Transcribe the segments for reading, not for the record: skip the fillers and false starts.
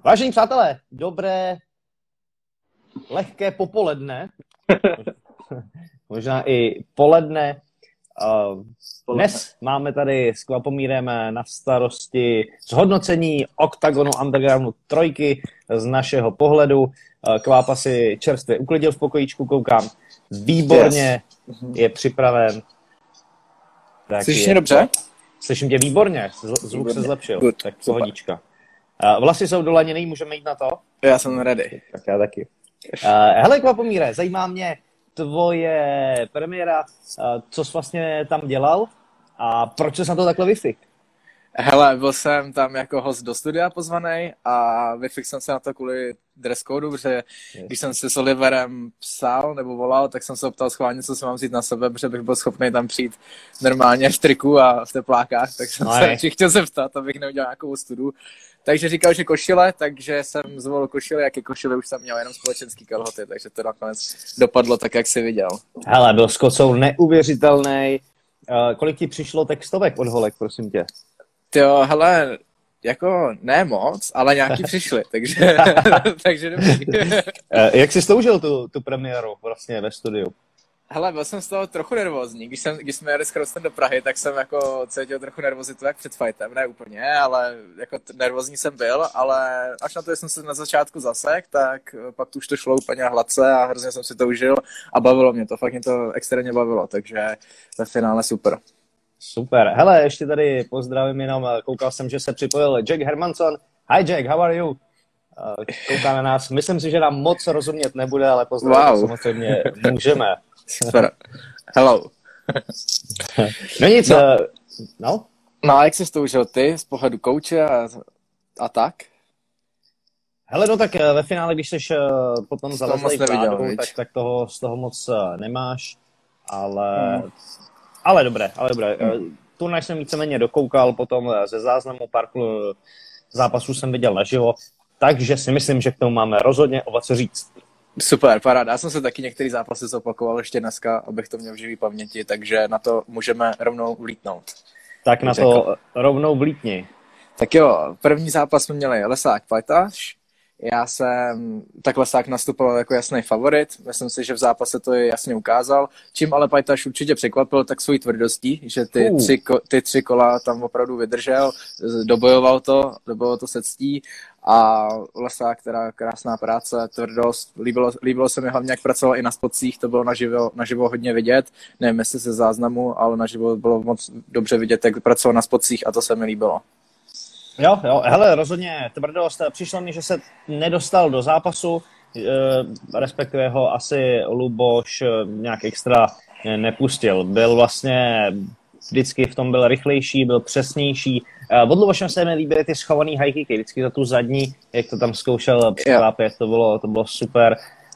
Vážení přátelé, dobré lehké popoledne, možná i poledne. Dnes máme tady s Kvapomírem na starosti zhodnocení Oktagonu Undergroundu 3 z našeho pohledu. Kvápa si čerstvě uklidil v pokojíčku, koukám. Výborně, je připraven. Slyšíš mě dobře? Slyším tě výborně, zvuk se zlepšil, Good. tak pohodička. Vlasy jsou dolaněný, můžeme jít na to? Já jsem ready. Tak já taky. Hele, Kvapomíre, zajímá mě tvoje premiéra, co jsi vlastně tam dělal a proč jsi na to takhle vyfik? Hele, byl jsem tam jako host do studia pozvaný a vyfik jsem se na to kvůli dress codeu, protože když jsem si s Oliverem psal nebo volal, tak jsem se optal schválně, co si mám vzít na sebe, protože bych byl schopný tam přijít normálně v triku a v teplákách, tak jsem se chtěl zeptat, abych neudělal nějakou studu. Takže říkal, že košile, takže jsem zvolil košile, jaké košile už jsem měl jenom společenský kalhoty, takže to nakonec dopadlo tak, jak jsi viděl. Hele, byl s kocou neuvěřitelný. Kolik ti přišlo textovek od holek, prosím tě? Jo, hele, jako ne moc, ale nějaký přišli, takže dobrý. Jak jsi sloužil tu premiéru vlastně ve studiu? Hele, byl jsem z toho trochu nervózní. Když jsme jeli s Kraustem do Prahy, tak jsem jako cítil trochu nervozitu jak před fightem, ne úplně, ale jako nervózní jsem byl, ale až na to, že jsem se na začátku zasek, tak pak už to šlo úplně hladce a hrozně jsem si to užil a bavilo mě to, fakt mě to extrémně bavilo, takže ve finále super. Super. Hele, ještě tady pozdravím jenom, koukal jsem, že se připojil Jack Hermanson. Hi Jack, how are you? Kouká na nás. Myslím si, že nám moc rozumět nebude, ale pozdravit samozřejmě můžeme. Super. Hello. No nic, no? No a jak jsi to užil ty z pohledu kouče a tak? Hele, no tak ve finále, když jsi potom zalezlej vládu, tak toho z toho moc nemáš, ale dobré. Turnaj jsem víceméně dokoukal, potom ze záznamu pár zápasů jsem viděl naživo, takže si myslím, že k tomu máme rozhodně o co říct. Super, paráda. Já jsem se taky některý zápasy zopakoval ještě dneska, abych to měl v živý paměti, takže na to můžeme rovnou vlítnout. Tak na to rovnou vlítni. Tak jo, první zápas jsme měli Lesák Pajtaš. Já jsem tak Lesák nastupoval jako jasný favorit. Myslím si, že v zápase to jasně ukázal. Čím ale Pajtaš určitě překvapil, tak svojí tvrdostí, že ty tři kola tam opravdu vydržel, dobojoval to se ctí a Lesák, která krásná práce, tvrdost. Líbilo se mi hlavně, jak pracoval i na spotcích, to bylo naživo hodně vidět. Nevím, jestli ze záznamu, ale naživo bylo moc dobře vidět, jak pracoval na spotcích a to se mi líbilo. Jo, hele, rozhodně tvrdost. Přišlo mi, že se nedostal do zápasu, respektive ho asi Luboš nějak extra nepustil. Byl vlastně vždycky v tom byl rychlejší, byl přesnější. Od Lubošem se mi líbily ty schovaný high kicky, vždycky za tu zadní, jak to tam zkoušel překlápět, to bylo super.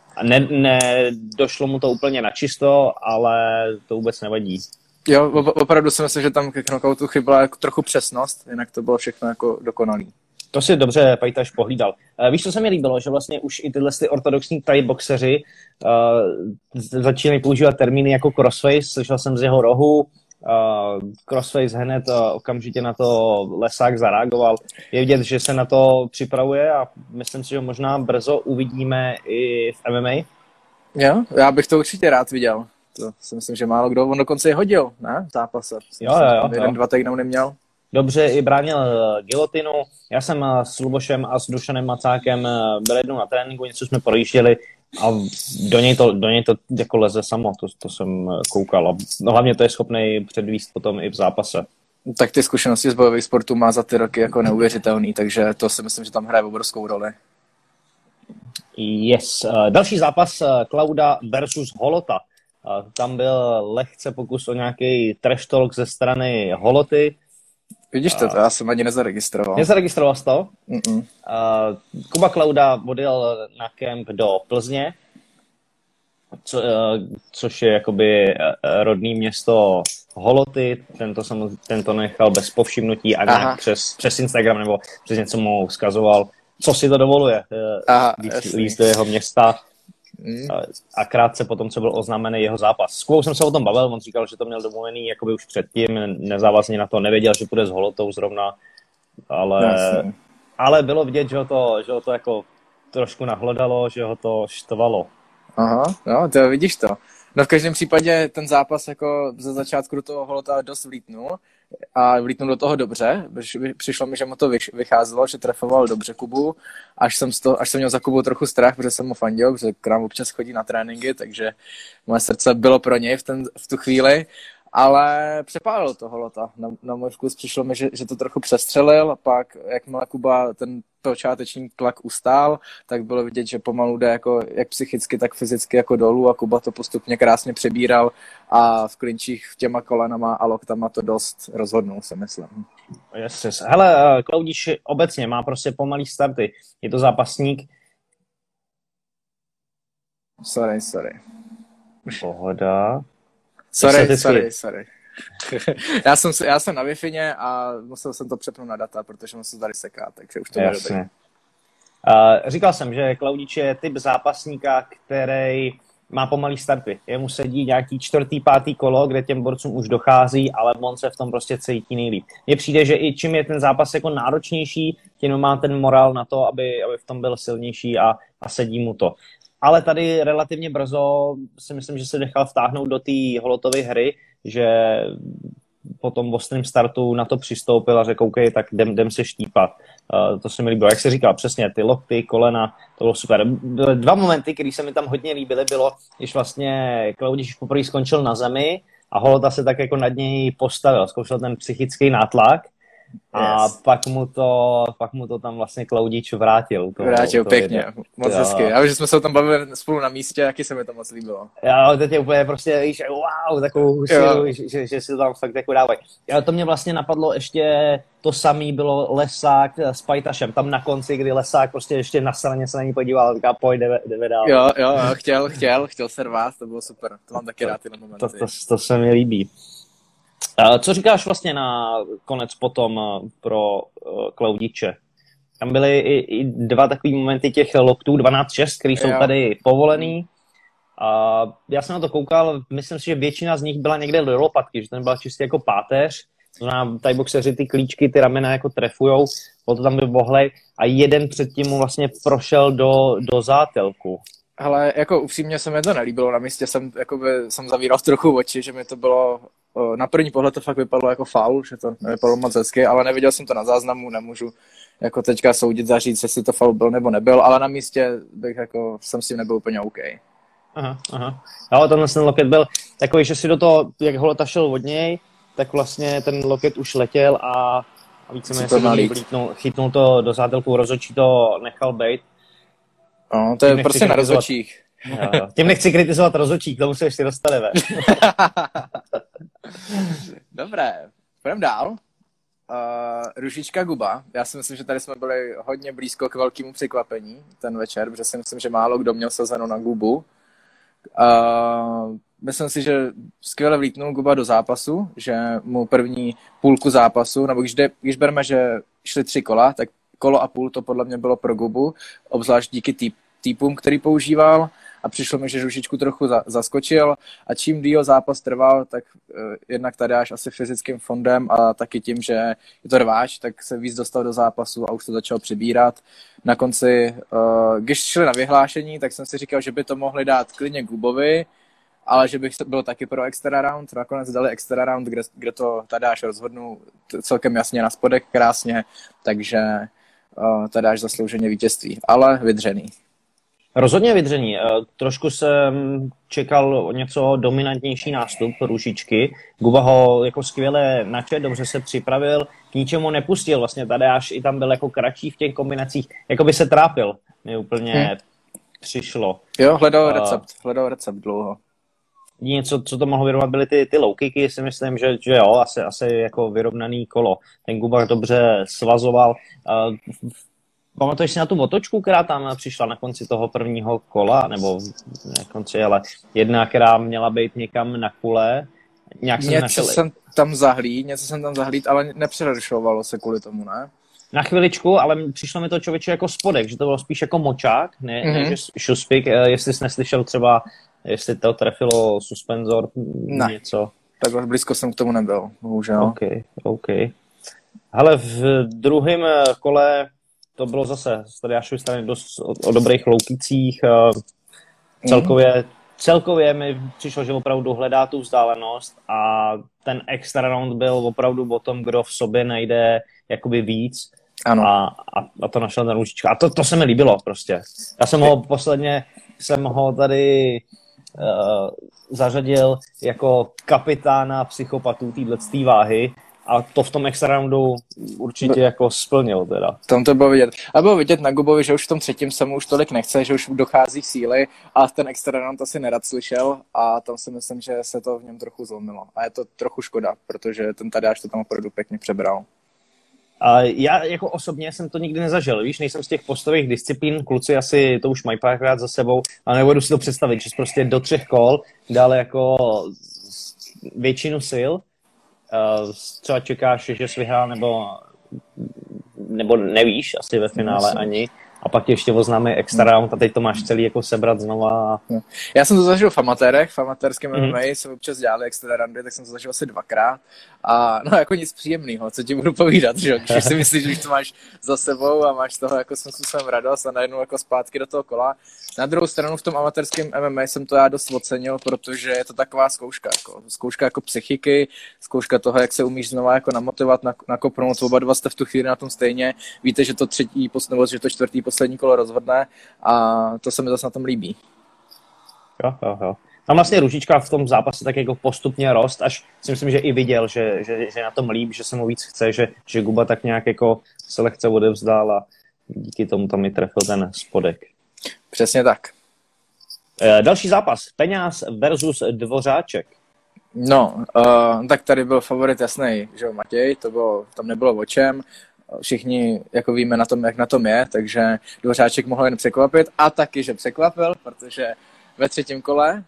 Nedošlo mu to úplně na čisto, ale to vůbec nevadí. Jo, opravdu si myslím, že tam ke knockoutu chyběla jako trochu přesnost, jinak to bylo všechno jako dokonalý. To si dobře Pajtaš pohlídal. Víš, co se mi líbilo, že vlastně už i tyhle ortodoxní thai boxeři začínají používat termíny jako crossface, slyšel jsem z jeho rohu, crossface hned okamžitě na to Lesák zareagoval. Je vidět, že se na to připravuje a myslím si, že možná brzo uvidíme i v MMA. Jo, já bych to určitě rád viděl. To si myslím, že málo kdo. On dokonce je hodil, ne? V zápase. Jo. 1-2 takedown neměl. Dobře i bránil gilotinu. Já jsem s Lubošem a s Dušanem Macákem byl jednou na tréninku, něco jsme projížděli a do něj to jako leze samo, to jsem koukal. A hlavně to je schopný předvíst potom i v zápase. Tak ty zkušenosti z bojových sportů má za ty roky jako neuvěřitelný, takže to si myslím, že tam hraje obrovskou roli. Yes. Další zápas Klauda versus Holota. Tam byl lehce pokus o nějaký trash talk ze strany Holoty. Vidíš to, já jsem ani nezaregistroval. Nezaregistroval jsi to? Kuba Klauda odjel na kemp do Plzně, což je jakoby rodný město Holoty. Tento nechal bez povšimnutí a nějak přes Instagram nebo přes něco mu vzkazoval, co si to dovoluje líst do jeho města. A krátce potom, co byl oznámený jeho zápas. S Kubou jsem se o tom bavil, on říkal, že to měl domluvený jakoby už předtím, nezávazně na to, nevěděl, že půjde s Holotou zrovna, ale ale bylo vidět, že ho to jako trošku nahlodalo, že ho to štvalo. Aha, no, to vidíš to. No v každém případě ten zápas jako ze začátku do toho Holota dost vlítnul a vlítnul do toho dobře. Přišlo mi, že mu to vycházelo, že trefoval dobře Kubu, až jsem měl za Kubu trochu strach, protože jsem mu fandil, protože k nám občas chodí na tréninky, takže moje srdce bylo pro něj v tu chvíli, ale přepálil to Holota. Na můj vkus přišlo mi, že to trochu přestřelil, a pak jakmile Kuba ten počáteční tlak ustál, tak bylo vidět, že pomalu jde jako jak psychicky, tak fyzicky jako dolů a Kuba to postupně krásně přebíral a v klinčích těma kolenama a loktama to dost rozhodnul, si myslím. Yes. Hele, Klaudič obecně má prostě pomalý starty. Je to zápasník. Sorry. Pohoda. Sorry. Já jsem na Wi-Fi a musel jsem to přepnout na data, protože mu se tady seká, takže už to bude dobrý. Říkal jsem, že Klaudič je typ zápasníka, který má pomalý starty. Jemu sedí nějaký 4., 5. kolo, kde těm borcům už dochází, ale on se v tom prostě cítí nejlíp. Mně přijde, že i čím je ten zápas jako náročnější, tím má ten morál na to, aby v tom byl silnější a sedí mu to. Ale tady relativně brzo si myslím, že se nechal vtáhnout do té Holotovy hry, že po tom ostrém startu na to přistoupil a řekl, OK, tak jdem se štípat. To se mi líbilo. Jak jsi říkal, přesně, ty lokty, kolena, to bylo super. Byly 2 momenty, které se mi tam hodně líbily, bylo, když vlastně Klaudič poprvé skončil na zemi a Holota se tak jako nad něj postavil, zkoušel ten psychický nátlak a pak mu to tam vlastně Klaudič vrátil. Vrátil pěkně, moc hezky. Já vím, že jsme se o tom bavili spolu na místě, jaký se mi to moc líbilo. Jo, teď je úplně prostě, víš, wow, takovou silu, že si to tam fakt jako dávají. To mě vlastně napadlo ještě, to samý bylo Lesák s Pajtašem, tam na konci, kdy Lesák prostě ještě na straně se na ní podíval a říká, pojď, jdeme dál. Jo, chtěl se rvát, to bylo super, to mám taky rád tyhle momenty. To se mi líbí. Co říkáš vlastně na konec potom pro Klaudiče? Tam byly i 2 takový momenty těch loktů 12-6, které jsou tady povolený. Já jsem na to koukal, myslím si, že většina z nich byla někde do lopatky, že ten byla čistě jako páteř. Znamená, tady boxeři ty klíčky, ty ramena jako trefujou, to tam by bohlej a jeden předtím mu vlastně prošel do zátelku. Ale jako upřímně se mi to nelíbilo, na místě jsem zavíral trochu oči, že mi to bylo, na první pohled to fakt vypadalo jako faul, že to nevypadalo moc hezky, ale neviděl jsem to na záznamu, nemůžu jako teďka soudit za říct, jestli to faul byl nebo nebyl, ale na místě jsem s tím nebyl úplně OK. Aha. Jo, tenhle ten loket byl takový, že si do toho, jak Holota šel od něj, tak vlastně ten loket už letěl a víceméně se chytnul to do zátelku, rozhodčí to nechal bejt. No, to je prostě na rozhodčích. Tím nechci kritizovat rozhodčí, k tomu se ještě dostaneme. Dobré, půjdeme dál. Růžička Guba. Já si myslím, že tady jsme byli hodně blízko k velkému překvapení ten večer, protože si myslím, že málo kdo měl sazeno na Gubu. Myslím si, že skvěle vlítnul Guba do zápasu, že mu první půlku zápasu, nebo když bereme, že šly 3 kola, tak kolo a půl to podle mě bylo pro Gubu, obzvlášť díky týpům, který používal a přišlo mi, že Růžičku trochu zaskočil a čím díl zápas trval, tak jednak Tadeáš asi fyzickým fondem a taky tím, že je to rváč, tak se víc dostal do zápasu a už to začal přibírat. Na konci, když šli na vyhlášení, tak jsem si říkal, že by to mohli dát klidně Gubovi, ale že bych byl taky pro extra round. Nakonec dali extra round, kde to Tadeáš rozhodnul celkem jasně na spodek krásně, takže Tadeáš zaslouženě vítězství, ale vydřený. Rozhodně vydření. Trošku jsem čekal o něco dominantnější nástup Růžičky. Guba ho jako skvěle načet, dobře se připravil, k ničemu nepustil. Vlastně Tadeáš i tam byl jako kratší v těch kombinacích, jako by se trápil. Mi úplně přišlo. Jo, hledal recept dlouho. Něco, co to mohlo vyrovnat, byly ty low kicky, si myslím, že jo, asi jako vyrovnaný kolo. Ten Guba dobře svazoval. Pamatuješ si na tu otočku, která tam přišla na konci toho prvního kola, nebo na konci, ale jedna, která měla být někam na kule. Něco jsem tam zahlíd, ale nepřerušovalo se kvůli tomu, ne? Na chviličku, ale přišlo mi to člověče jako spodek, že to bylo spíš jako močák, ne že šuspik, jestli jsi neslyšel třeba, jestli to trefilo suspenzor, něco. Takhle blízko jsem k tomu nebyl, bohužel. OK. Hele, v druhém kole to bylo zase z Tadeášovy strany dost o dobrých loukicích. Celkově mi přišlo, že opravdu hledá tu vzdálenost a ten extra round byl opravdu o tom, kdo v sobě najde jakoby víc. Ano. A to našel ten Růžička. A to se mi líbilo prostě. Já jsem ho posledně tady zařadil jako kapitána psychopatů této váhy a to v tom extra roundu určitě jako splnil teda. Tam to bylo vidět. A bylo vidět na Gubovi, že už v tom třetím se mu už tolik nechce, že už dochází síly a ten extra round asi nerad slyšel a tam si myslím, že se to v něm trochu zlomilo. A je to trochu škoda, protože ten Tadeáš to tam opravdu pěkně přebral. A já jako osobně jsem to nikdy nezažil, víš, nejsem z těch postových disciplín, kluci asi to už mají párkrát za sebou, ale nebudu si to představit, že prostě do 3 kol dali jako většinu sil, třeba čekáš, že jsi vyhrál, nebo nevíš asi ve finále ani, a pak tě ještě oznámí extra round a teď to máš celý jako sebrat znova. Já jsem to zažil v amatérském MMA jsme občas dělali extra roundy, tak jsem to zažil asi 2krát a no jako nic příjemného, co ti budu povídat, že když si myslíš, že to máš za sebou a máš toho jako svým způsobem radost a najednou jako zpátky do toho kola. Na druhou stranu v tom amatérském MMA jsem to já dost ocenil, protože je to taková zkouška jako psychiky, zkouška toho, jak se umíš znova jako namotivovat, nakopnout, oba dva jste v tu chvíli na tom stejně, víte, že to že to čtvrtý poslední kolo rozhodne a to se mi zase na tom líbí. Jo. Tam vlastně Růžička v tom zápase tak jako postupně rost, až si myslím, že i viděl, že na tom líbí, že se mu víc chce, že Guba tak nějak jako se lehce odevzdál a díky tomu tam i trefil ten spodek. Přesně tak. Další zápas. Peňáz versus Dvořáček. No, tak tady byl favorit jasný, že jo, Matěj, tam nebylo o čem. Všichni jako víme na tom, jak na tom je, takže Dvořáček mohl jen překvapit a taky, že překvapil, protože ve třetím kole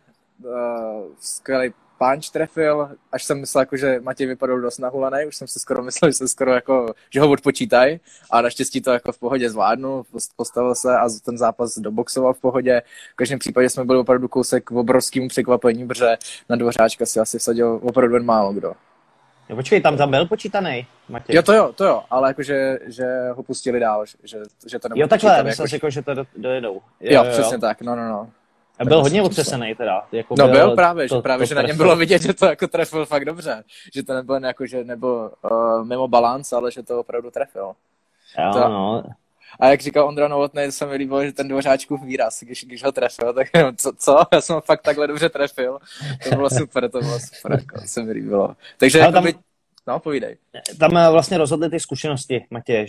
skvělý punch trefil, až jsem myslel, jako, že Matěj vypadal dost nahulený, už jsem si skoro myslel, že ho odpočítají a naštěstí to jako v pohodě zvládnu, postavil se a ten zápas doboxoval v pohodě. V každém případě jsme byli opravdu kousek k obrovskému překvapení, protože na Dvořáčka si asi vsadil opravdu jen málo kdo. Jo, počkej, tam byl počítaný, Matěj. Jo, to jo, ale jakože že ho pustili dál, že to nebude. Jo, takhle, myslel jsi, že to dojedou. Jo, přesně tak, no. A byl hodně otřesený teda. Jako byl právě, že na něm bylo vidět, že to jako trefil fakt dobře. Že to nebyl jako, že nebyl mimo balans, ale že to opravdu trefil. Jo, no. A jak říkal Ondra Novotný, se mi líbilo, že ten Dvořáčkův výraz, když ho trefil, tak co? Já jsem ho fakt takhle dobře trefil. To bylo super, jako se mi líbilo. Takže jako no, povídej. Tam vlastně rozhodly ty zkušenosti, Matěj,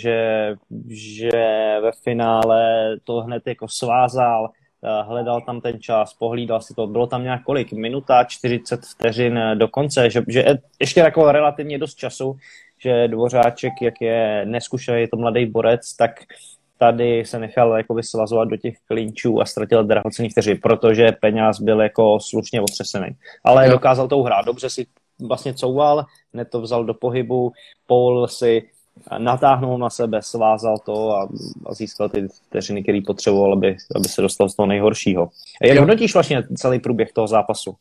že ve finále to hned jako svázal, hledal tam ten čas, pohlídal si to, bylo tam nějak kolik, minuta, 40 vteřin do konce, že ještě jako relativně dost času, že Dvořáček, jak je neskušený, je to mladý borec, tak tady se nechal jakoby svazovat do těch klinčů a ztratil drahocenný vteřiny, protože Peňáz byl jako slušně otřesený. Ale dokázal to uhrát, dobře si vlastně couval, hned to vzal do pohybu, povolil si, natáhnul na sebe, svázal to a získal ty vteřiny, který potřeboval, aby se dostal z toho nejhoršího. Jak hodnotíš vlastně celý průběh toho zápasu?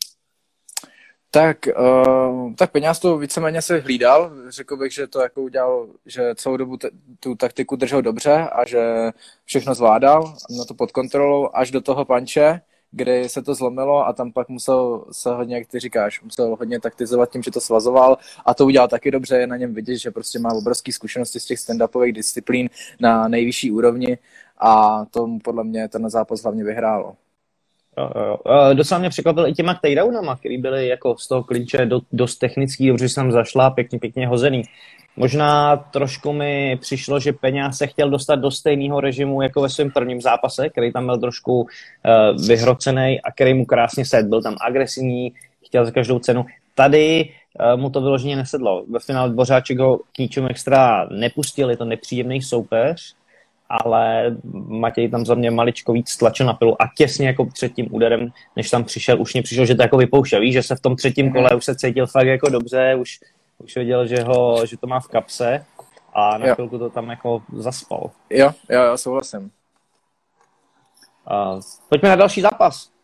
Tak Peňáz to víceméně se hlídal. Řekl bych, že to jako udělal, že celou dobu tu taktiku držel dobře a že všechno zvládal, na to pod kontrolou až do toho panče, kdy se to zlomilo a tam pak musel se hodně, jak ty říkáš, musel hodně taktizovat tím, že to svazoval a to udělal taky dobře, je na něm vidět, že prostě má obrovské zkušenosti z těch stand-upových disciplín na nejvyšší úrovni a tomu podle mě ten zápas hlavně vyhrálo. Jo. Docela mě překvapil i těma takedownama, který byly jako z toho klinče dost technický, dobře se tam zašla, pěkně hozený. Možná trošku mi přišlo, že Peňáz se chtěl dostat do stejného režimu jako ve svém prvním zápase, který tam byl trošku vyhrocený a který mu krásně sedl. Byl tam agresivní, chtěl za každou cenu. Tady mu to vyloženě nesedlo. Ve finále Dvořáček ho k ničemu extra nepustil, je to nepříjemný soupeř, ale Matěj tam za mě maličko víc tlačil na pilu a těsně jako před tím úderem, než tam přišel, už mě přišlo, že to jako vypouštěl. Víš, že se v tom třetím kole už se cítil fakt jako dobře, už věděl, že to má v kapse a na chvilku to tam jako zaspal. Jo, souhlasím. Pojďme na další zápas.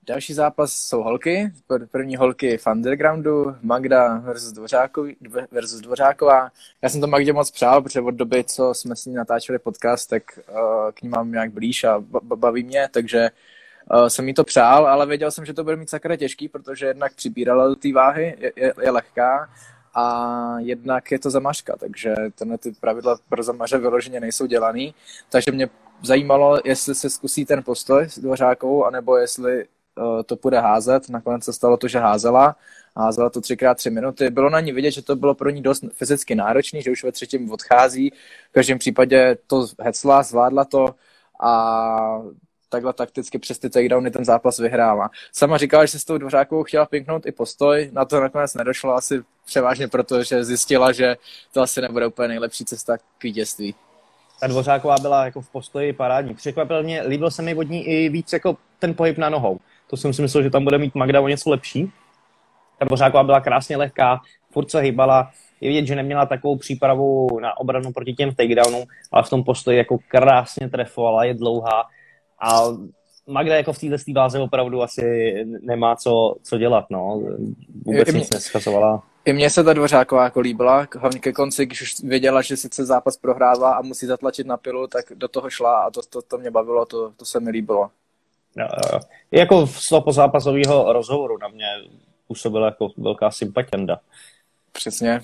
Další zápas jsou holky. První holky v undergroundu, Magda versus Dvořáková. Já jsem to Magdě moc přál, protože od doby, co jsme s ní natáčeli podcast, tak k ní mám nějak blíž a baví mě, takže jsem jí to přál, ale věděl jsem, že to bude mít sakra těžký, protože jednak přibírala do té váhy, je lehká a jednak je to zamařka, takže tenhle ty pravidla pro zamaře vyloženě nejsou dělaný, takže mě zajímalo, jestli se zkusí ten postoj s Dvořákovou, anebo jestli to půjde házet. Nakonec se stalo to, že házela to 3x3 minuty. Bylo na ní vidět, že to bylo pro ní dost fyzicky náročný, že už ve třetím odchází. V každém případě to hecla, zvládla to a takhle takticky přes ty takedowny ten zápas vyhrála. Sama říkala, že se s tou Dvořákovou chtěla pinknout i postoj, na to nakonec nedošlo, asi převážně proto, že zjistila, že to asi nebude úplně nejlepší cesta k vítězství. Ta Dvořáková byla jako v postoji parádní. Překvapil mě, líbil se mi od ní i víc jako ten pohyb na nohou. To jsem si myslel, že tam bude mít Magda o něco lepší. Ta Dvořáková byla krásně lehká, furt se hýbala. Je vidět, že neměla takovou přípravu na obranu proti těm takedownům, ale v tom postoji jako krásně trefovala, je dlouhá. A Magda jako v této váze opravdu asi nemá co dělat, no. Vůbec nic neschazovala. I mně se ta Dvořáková jako líbila, hlavně ke konci, když už věděla, že sice zápas prohrává a musí zatlačit na pilu, tak do toho šla a to mě bavilo, to se mi líbilo. Jo. Jako z toho pozápasového rozhovoru na mě působila jako velká sympatianda. Přesně.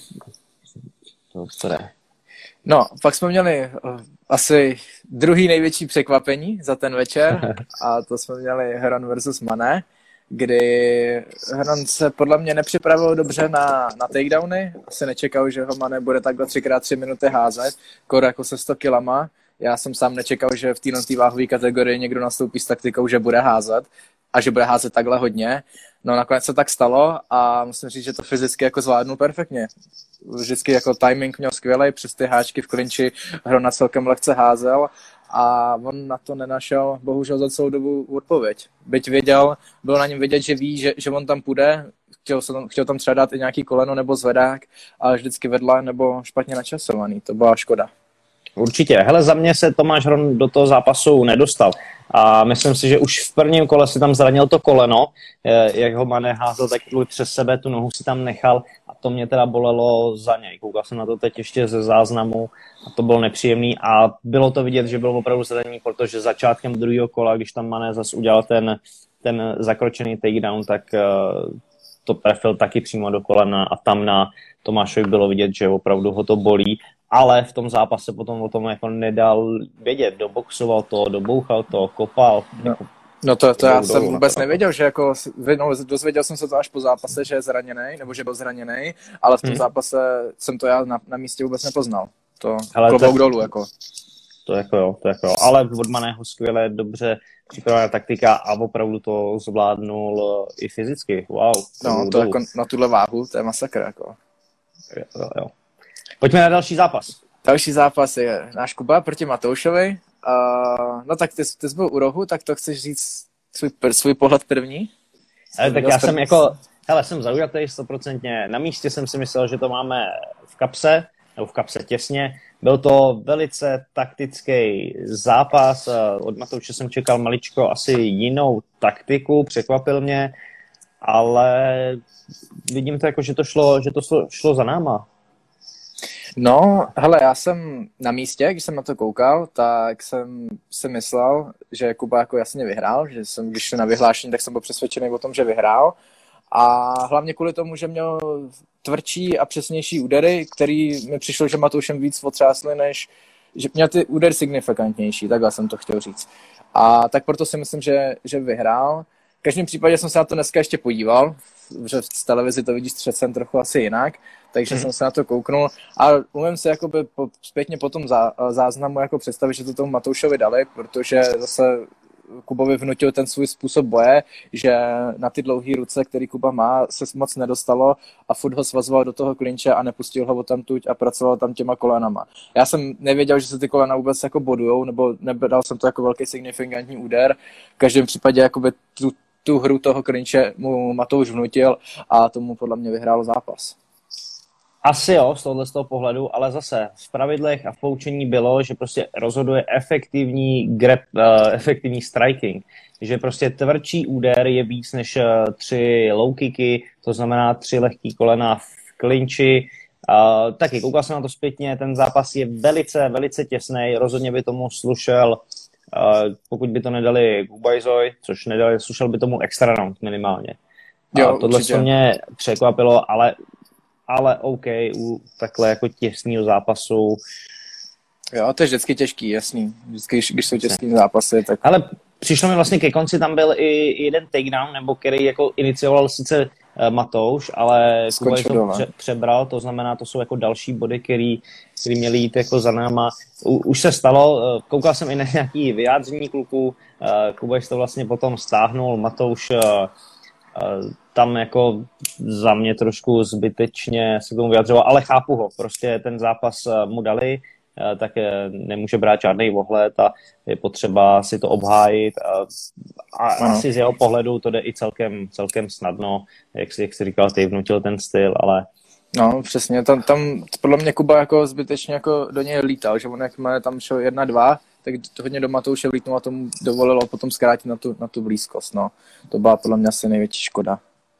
To ne. No, pak jsme měli asi druhý největší překvapení za ten večer a to jsme měli Hron versus Mané, kdy Hron se podle mě nepřipravil dobře na takedowny. Asi nečekal, že ho Mané bude takhle 3x3 minuty házet, skoro jako se 100 kilama. Já jsem sám nečekal, že v této váhové kategorii někdo nastoupí s taktikou, že bude házet a že bude házet takhle hodně. No nakonec se tak stalo a musím říct, že to fyzicky jako zvládnul perfektně. Vždycky jako timing měl skvělej, přes ty háčky v klinči Hrona celkem lehce házel a on na to nenašel bohužel za celou dobu odpověď. Byť věděl, bylo na něm vidět, že ví, že on tam půjde, chtěl tam třeba dát i nějaký koleno nebo zvedák, ale vždycky vedla nebo špatně načasovaný, to byla škoda. Určitě. Hele, za mě se Tomáš Hron do toho zápasu nedostal. A myslím si, že už v prvním kole si tam zranil to koleno, jak ho Mané házel tak přes sebe, tu nohu si tam nechal a to mě teda bolelo za něj. Koukal jsem na to teď ještě ze záznamu a to bylo nepříjemný a bylo to vidět, že byl opravdu zraněný, protože začátkem druhého kola, když tam Mané zase udělal ten zakročený takedown, tak to trefil taky přímo do kolena a tam na Tomášovi bylo vidět, že opravdu ho to bolí. Ale v tom zápase potom o tom jako nedal vědět. Doboxoval to, dobouchal to, kopal. No to já jsem vůbec nevěděl, že jako, dozvěděl jsem se to až po zápase, že je zraněný, nebo že byl zraněný, ale v tom zápase jsem to já na místě vůbec nepoznal. To klobouk dolů, jako. To jako jo. Ale od Maného skvěle, dobře připravená taktika a opravdu to zvládnul i fyzicky. Wow. No, to jako na tuhle váhu, to je masakr, jako. Jo. Pojďme na další zápas. Další zápas je náš Kuba proti Matoušovi. No tak ty jsi byl u rohu, tak to chceš říct svůj pohled první? Tak já jsem jsem zaujatý 100%. Na místě jsem si myslel, že to máme v kapse těsně. Byl to velice taktický zápas. Od Matouše jsem čekal maličko asi jinou taktiku, překvapil mě, ale vidím to jako, že to šlo za náma. No, hele, já jsem na místě, když jsem na to koukal, tak jsem si myslel, že Kuba jako jasně vyhrál, že jsem, když šel na vyhlášení, tak jsem byl přesvědčený o tom, že vyhrál. A hlavně kvůli tomu, že měl tvrdší a přesnější údery, který mi přišlo, že Matoušem víc otřásli, než že měl ty údery signifikantnější, takhle jsem to chtěl říct. A tak proto si myslím, že vyhrál. V každém případě jsem se na to dneska ještě podíval, že v televizi to vidíš střecem trochu asi jinak, takže jsem se na to kouknul a umím si jakoby zpětně po tom záznamu jako představit, že to tomu Matoušovi dali, protože zase Kubovi vnutil ten svůj způsob boje, že na ty dlouhé ruce, který Kuba má, se moc nedostalo a furt ho svazoval do toho klinče a nepustil ho odtamtud a pracoval tam těma kolenama. Já jsem nevěděl, že se ty kolena vůbec jako bodujou, nebo nebral jsem to jako velký signifikantní úder. V každém případě jakoby tu hru toho klinče mu Matouš vnutil a tomu podle mě vyhrál zápas. Asi jo, z toho pohledu, ale zase v pravidlech a v poučení bylo, že prostě rozhoduje efektivní grab, efektivní striking, že prostě tvrdší úder je víc než 3 low kicky, to znamená 3 lehký kolena v klinči. Taky koukal jsem na to zpětně, ten zápas je velice, velice těsný, rozhodně by tomu slušel, pokud by to nedali Gubajzoj, což nedali, slušel by tomu extra round minimálně. Jo, tohle určitě. co mě překvapilo, ale OK, u takhle jako těsného zápasu. Jo, to je vždycky těžký, jasný. Vždycky, když jsou těžký zápasy, tak... Ale přišlo mi vlastně ke konci, tam byl i jeden takedown, nebo který jako inicioval sice Matouš, ale Kubaj to přebral, to znamená, to jsou jako další body, který měli jít jako za náma. Už se stalo, koukal jsem i na nějaký vyjádření kluků, Kubaj to vlastně potom stáhnul, Matouš tam jako za mě trošku zbytečně se k tomu vyjadřoval, ale chápu ho, prostě ten zápas mu dali, tak nemůže brát žádný ohled a je potřeba si to obhájit a asi z jeho pohledu to jde i celkem snadno, jak jsi říkal, ty vnutil ten styl, ale... No, přesně, tam podle mě Kuba jako zbytečně jako do něj lítal, že on jakmile tam šel 1-2, tak hodně do Matouše vlítnul a tomu dovolilo potom zkrátit na tu blízkost, no. To byla podle mě asi největší škoda.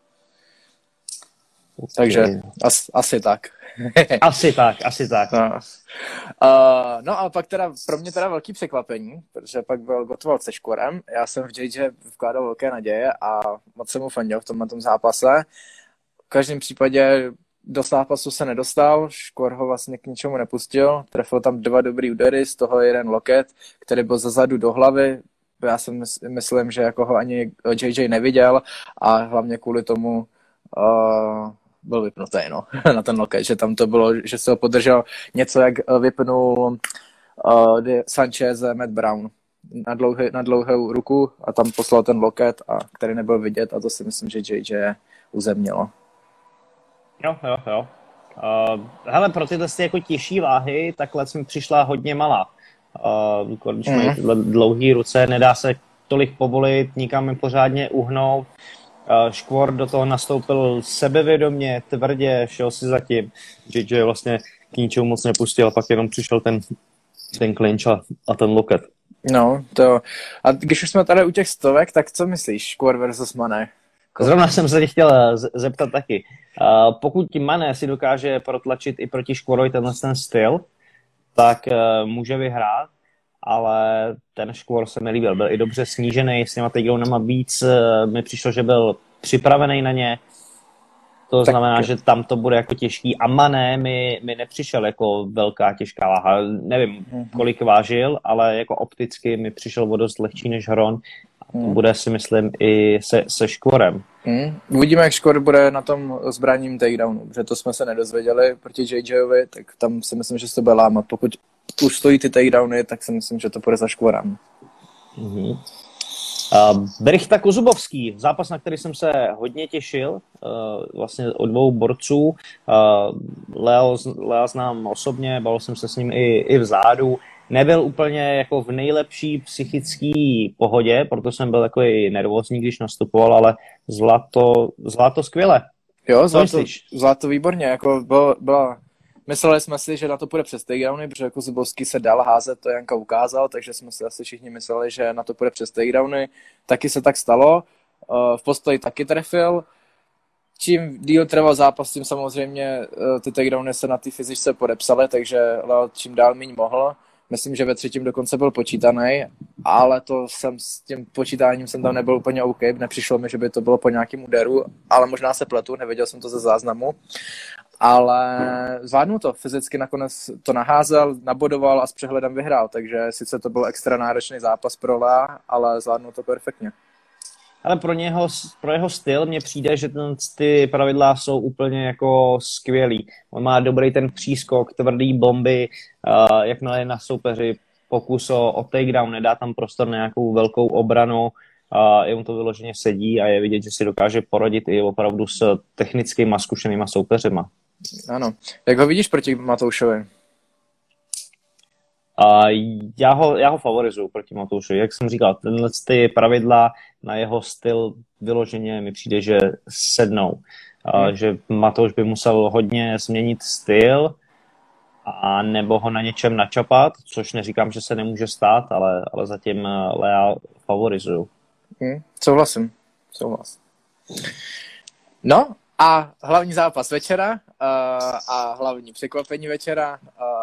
Okay. Takže asi tak. asi tak. No. No a pak teda pro mě teda velký překvapení, protože pak byl gotoval se Škvorem. Já jsem v JJ vkládal velké naděje a moc jsem mu fandil v tomhle zápase. V každém případě do zápasu se nedostal, Škvor ho vlastně k ničemu nepustil, trefil tam 2 dobrý údery, z toho jeden loket, který byl zezadu do hlavy. Já si myslím, že jako ho ani JJ neviděl a hlavně kvůli tomu byl vypnutý, no, na ten loket, že tam to bylo, že se ho podržel něco, jak vypnul Sanchez Matt Brown na dlouhou ruku a tam poslal ten loket, který nebyl vidět a to si myslím, že JJ uzemnilo. Jo. Hele, pro tyhle jako těžší váhy, takhle mi přišla hodně malá. Když mají dlouhé ruce, nedá se tolik povolit, nikam je pořádně uhnout. Škvor do toho nastoupil sebevědomě, tvrdě, šel si zatím. JJ vlastně k ničemu moc nepustil, a pak jenom přišel ten clinch a ten loket. No, to... A když už jsme tady u těch stovek, tak co myslíš, Škvor versus Mané? Zrovna jsem se chtěl zeptat taky. Pokud Mané si dokáže protlačit i proti Škvorovi ten styl, tak může vyhrát, ale ten Škvor se mi líbil. Byl i dobře snížený, s těma takedownama víc. Mi přišlo, že byl připravený na ně. To znamená, že tam to bude jako těžký. A Mané mi nepřišel jako velká těžká váha. Nevím, kolik vážil, ale jako opticky mi přišel o dost lehčí než Hron. To bude, si myslím, i se Škvorem. Uvidíme, jak Škvor bude na tom zbraním takedownu, protože to jsme se nedozvěděli proti JJovi, tak tam si myslím, že se to bude lámat. Pokud už stojí ty takedowny, tak si myslím, že to bude za Škvorem. Berichta Kozubovský, zápas, na který jsem se hodně těšil, vlastně od 2 borců. Lea znám osobně, bavil jsem se s ním i vzadu. Nebyl úplně jako v nejlepší psychické pohodě, proto jsem byl takový nervózní, když nastupoval, ale zvládl skvěle. Jo, zvládl výborně, jako byla... Mysleli jsme si, že na to půjde přes takedowny, protože jako Zubovský se dal házet, to Janka ukázal, takže jsme si asi všichni mysleli, že na to půjde přes takedowny. Taky se tak stalo, v postoji taky trefil. Čím díl trval zápas, tím samozřejmě ty takedowny se na té fyzičce podepsaly, takže Leo čím dál míň mohl. Myslím, že ve 3. dokonce byl počítaný, ale to jsem s tím počítáním jsem tam nebyl úplně OK, nepřišlo mi, že by to bylo po nějakém úderu, ale možná se pletu, nevěděl jsem to ze záznamu. Ale zvládnul to, fyzicky nakonec to naházel, nabodoval a s přehledem vyhrál, takže sice to byl extra náročný zápas pro Lea, ale zvládnul to perfektně. Ale pro jeho styl mně přijde, že ty pravidla jsou úplně jako skvělý. On má dobrý ten přískok, tvrdý bomby, jakmile je na soupeři pokus o takedown, nedá tam prostor na nějakou velkou obranu, jemu to vyloženě sedí a je vidět, že si dokáže poradit i opravdu s technickými zkušenýma soupeřima. Ano. Jak ho vidíš proti Matoušovi? Já ho favorizuju proti Matoušovi. Jak jsem říkal, ty pravidla na jeho styl vyloženě mi přijde, že sednou. že Matouš by musel hodně změnit styl a nebo ho na něčem načapat, což neříkám, že se nemůže stát, ale zatím Lea favorizuju. Souhlasím. No a hlavní zápas večera a hlavní překvapení večera.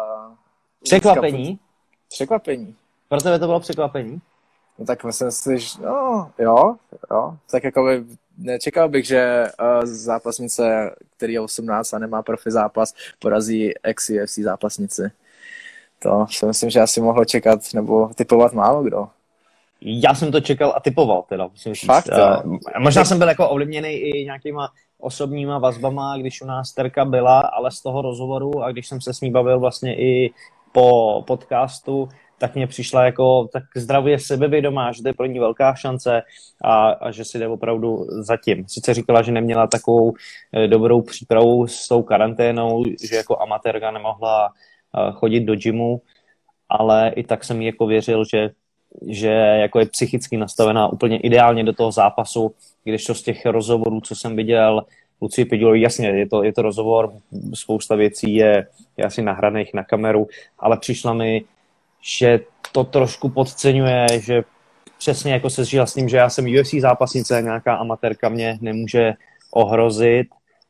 Překvapení. Pro tebe to bylo překvapení? No tak myslím si, že jo. Tak jako by nečekal bych, že zápasnice, který je 18 a nemá profi zápas, porazí ex-UFC zápasnici. To si myslím, že asi mohlo čekat nebo typovat málo kdo. Já jsem to čekal a typoval teda. Fakt, možná jsem byl jako ovlivněný i nějakýma osobníma vazbama, když u nás Terka byla, ale z toho rozhovoru a když jsem se s ní bavil vlastně i po podcastu, tak mě přišla jako tak zdravě sebevědomá, že to je pro ní velká šance a že si jde opravdu zatím. Sice říkala, že neměla takovou dobrou přípravu s tou karanténou, že jako amatérka nemohla chodit do gymu, ale i tak jsem jí jako věřil, že jako je psychicky nastavená úplně ideálně do toho zápasu, když to z těch rozhovorů, co jsem viděl, Lucii Pidilový, jasně, je to rozhovor, spousta věcí je asi nahraných na kameru, ale přišla mi, že to trošku podceňuje, že přesně jako se zžila s tím, že já jsem UFC zápasnice, nějaká amatérka mě nemůže ohrozit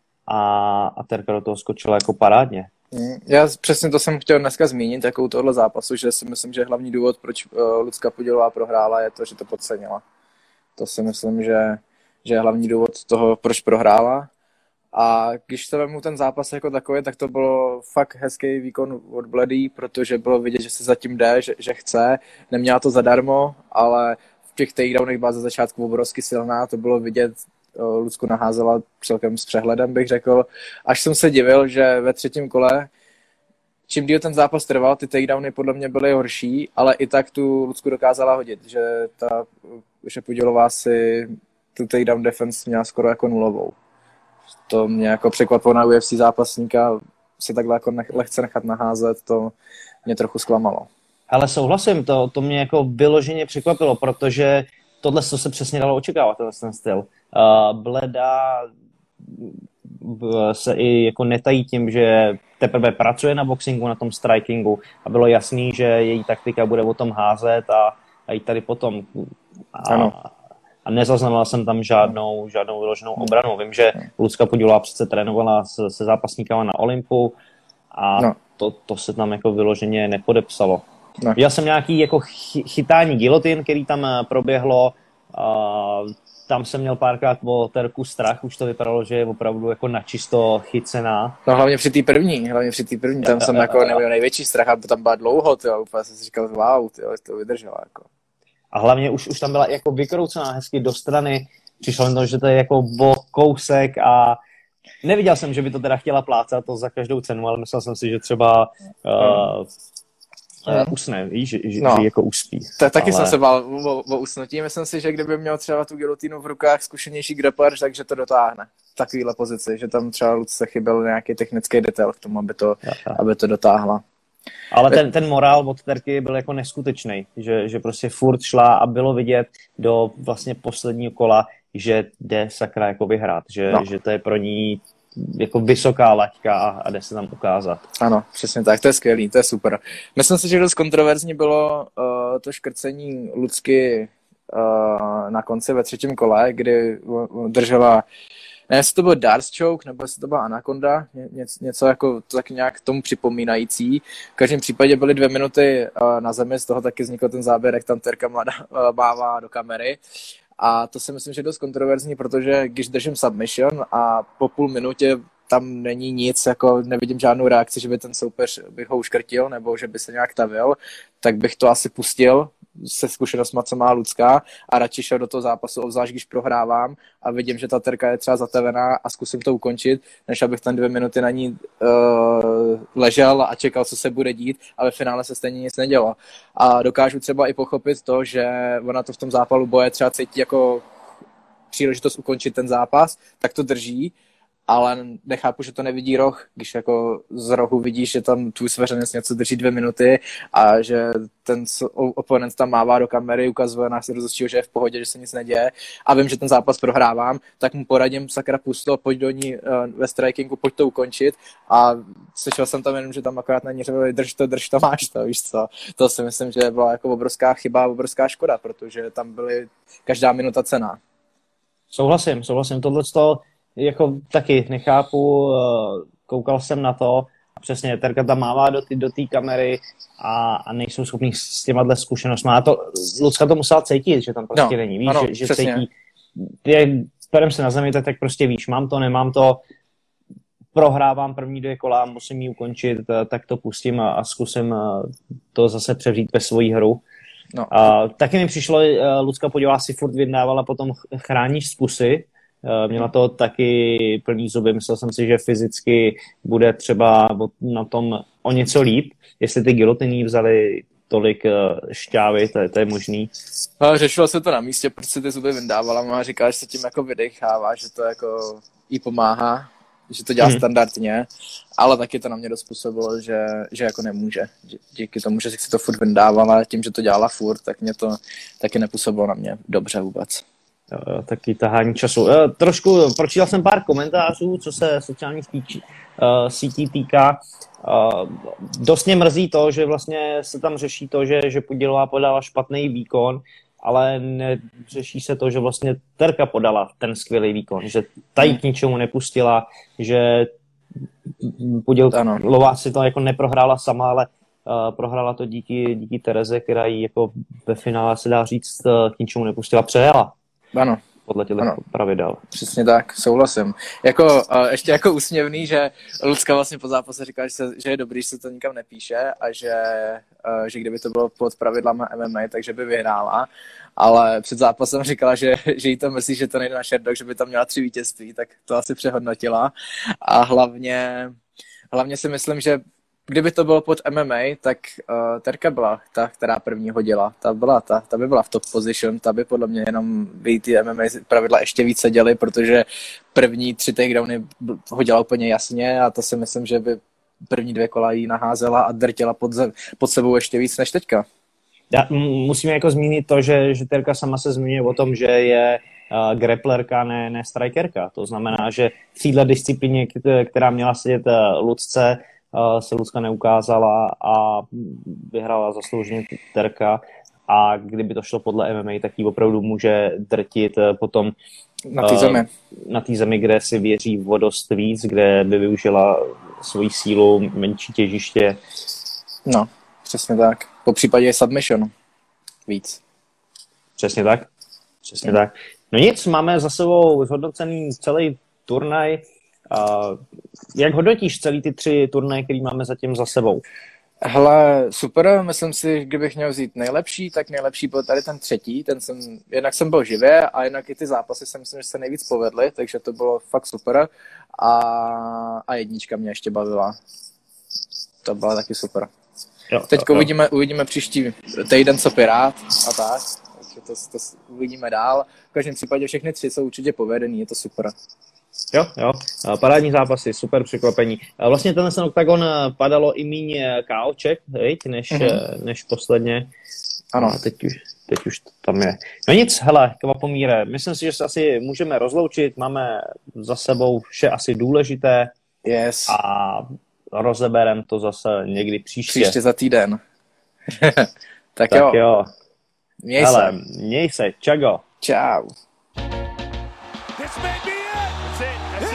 a Terka do toho skočila jako parádně. Já přesně to jsem chtěl dneska zmínit, jako u tohle zápasu, že si myslím, že hlavní důvod, proč Lucka Podilová prohrála, je to, že to podcenila. To si myslím, že je hlavní důvod toho, proč prohrála. A když se vemu ten zápas jako takový, tak to bylo fakt hezký výkon od Bledý, protože bylo vidět, že se zatím jde, že chce. Neměla to zadarmo, ale v těch takedownech byla za začátku obrovsky silná, to bylo vidět, Lucku naházela celkem s přehledem, bych řekl. Až jsem se divil, že ve třetím kole, čím díl ten zápas trval, ty takedowny podle mě byly horší, ale i tak tu Lucku dokázala hodit, že Podilová si tu takedown defense měla skoro jako nulovou. To mě jako překvapilo na UFC zápasníka si takhle jako lehce nechat naházet, to mě trochu zklamalo. Ale souhlasím, to mě jako vyloženě překvapilo, protože tohle se přesně dalo očekávat, ten styl. Bleda se i jako netají tím, že teprve pracuje na boxingu, na tom strikingu a bylo jasný, že její taktika bude o tom házet a jít tady potom. A nezaznamenal jsem tam žádnou vyloženou obranu. Vím, že Lucka Podilová přece trénovala se zápasníkama na Olympu a to se tam jako vyloženě nepodepsalo. Já jsem nějaký jako chytání gilotin, který tam proběhlo. Tam jsem měl párkrát o Terku strach, už to vypadalo, že je opravdu jako načisto chycená. No hlavně při té první, tam jsem jako neměl největší strach, a tam byla dlouho, úplně jsem si říkal, wow, to vydržela jako. A hlavně už tam byla jako vykroucená hezky do strany, přišlo jen to, že to je jako o kousek a neviděl jsem, že by to teda chtěla plácat to za každou cenu, ale myslel jsem si, že třeba usne, víš, že jako uspí. Taky jsem se bál o usnutí, myslím si, že kdyby měl třeba tu gilotinu v rukách zkušenější grappler, takže to dotáhne v takovýhle pozici, že tam třeba Lucce chyběl nějaký technický detail k tomu, aby to dotáhla. Ale ten morál od Terky byl jako neskutečný, že prostě furt šla a bylo vidět do vlastně posledního kola, že jde sakra jako vyhrát, že to je pro ní jako vysoká laťka a jde se tam ukázat. Ano, přesně tak, to je skvělý, to je super. Myslím si, že dost kontroverzní bylo to škrcení Lucky na konci ve třetím kole, kdy držela, nevím, jestli to byl Darce choke, nebo jestli to byla Anaconda, něco jako tak nějak tomu připomínající. V každém případě byly 2 minuty na zemi, z toho taky vznikl ten záběr, jak tam Terka mladá mává do kamery. A to si myslím, že je dost kontroverzní, protože když držím submission a po půl minutě tam není nic, jako nevidím žádnou reakci, že by ten soupeř bych ho uškrtil nebo že by se nějak tavil, tak bych to asi pustil se zkušenostmi, co má Lucka a radši šel do toho zápasu, obzvlášť když prohrávám a vidím, že ta Terka je třeba zatavená a zkusím to ukončit, než abych tam 2 minuty na ní ležel a čekal, co se bude dít, ale ve finále se stejně nic nedělo. A dokážu třeba i pochopit to, že ona to v tom zápalu boje třeba cítí jako příležitost ukončit ten zápas, tak to drží, ale nechápu, že to nevidí roh, když jako z rohu vidíš, že tam tvůj svěřenec něco drží 2 minuty a že ten oponent tam mává do kamery, ukazuje nás rozhodčího, že je v pohodě, že se nic neděje a vím, že ten zápas prohrávám, tak mu poradím, sakra pusto, pojď do ní ve strikingu, pojď to ukončit a slyšel jsem tam jenom, že tam akorát na ní řevili, drž to, máš to, víš co. To si myslím, že byla jako obrovská chyba, obrovská škoda, protože tam byly každá minuta cenná. Souhlasím, tohleto jako taky nechápu, koukal jsem na to, přesně Terka tam mává do té kamery a nejsou schopní s těma zkušenostmi. A to Lucka to musela cítit, že tam prostě není, víš, ano, že cítí. Perem se na zemi, tak prostě víš, mám to, nemám to, prohrávám první 2 kola, musím ji ukončit, tak to pustím a zkusím to zase převřít ve svoji hru. No. Taky mi přišlo, Lucka podívá si furt vyjednávala, potom chráníš z pusy, měla to taky plný zuby, myslel jsem si, že fyzicky bude třeba na tom o něco líp, jestli ty gilotiny vzali tolik šťávy, to je možný. No, řešilo se to na místě, proč si ty zuby vyndávala, a říká, že se tím jako vydechává, že to jako jí pomáhá, že to dělá standardně, ale taky to na mě dost způsobilo, že jako nemůže. Díky tomu, že si to furt vyndávala, tím, že to dělala furt, tak mě to taky nepůsobilo na mě dobře vůbec. Jo, taky tahání času. Trošku pročítal jsem pár komentářů, co se sociálních sítí týká. Dost mě mrzí to, že vlastně se tam řeší to, že Podílová podala špatný výkon, ale neřeší se to, že vlastně Terka podala ten skvělý výkon, že ta jí k ničemu nepustila, že Podílová si to jako neprohrála sama, ale prohrála to díky Tereze, která jí jako ve finále, se dá říct, k ničemu nepustila, přejela. Ano. Podle těch pravidel. Přesně tak, souhlasím. Jako, ještě jako úsměvný, že Lucka vlastně po zápase říkala, že je dobrý, že se to nikam nepíše a že kdyby to bylo pod pravidlama MMA, takže by vyhrála. Ale před zápasem říkala, že jí to myslí, že to nejde na Sherdog, že by tam měla 3 vítězství, tak to asi přehodnotila. A hlavně si myslím, že kdyby to bylo pod MMA, tak Terka byla ta, která první hodila. Ta by byla v top position, ta by podle mě jenom by ty MMA pravidla ještě víc seděly, protože první 3 takedowny hodila úplně jasně a to si myslím, že by první 2 kola jí naházela a drtila pod sebou ještě víc než teďka. Musíme jako zmínit to, že Terka sama se zmiňuje o tom, že je grapplerka, ne strikerka. To znamená, že v této disciplíně, která měla sedět Lucce, se Lucka neukázala a vyhrála zaslouženě Terka a kdyby to šlo podle MMA, tak ji opravdu může drtit potom na té zemi, kde si věří v dost víc, kde by využila svoji sílu, menší těžiště. No, přesně tak. Po případě submission víc. Přesně tak. No nic, máme za sebou zhodnocený celý turnaj. Jak hodnotíš celý ty 3 turnaje, který máme zatím za sebou? Hele, super, myslím si, kdybych měl vzít nejlepší, tak nejlepší byl tady ten 3. Jednak jsem byl živě a jednak i ty zápasy si myslím, že se nejvíc povedly, takže to bylo fakt super a 1 mě ještě bavila. To byla taky super. Teďka uvidíme příští týden, co Pirát a tak, takže to uvidíme dál. V každém případě všechny 3 jsou určitě povedený, je to super. Jo, parádní zápasy, super překvapení. Vlastně ten oktagon padalo i míň KOček, než posledně. Ano. Teď už to tam je. No nic, hele, Kvapomíre, myslím si, že se asi můžeme rozloučit, máme za sebou vše asi důležité. Yes. A rozeberem to zase někdy příště. Příště za týden. tak jo. Měj se, čago. Čau. This may be it. That's it.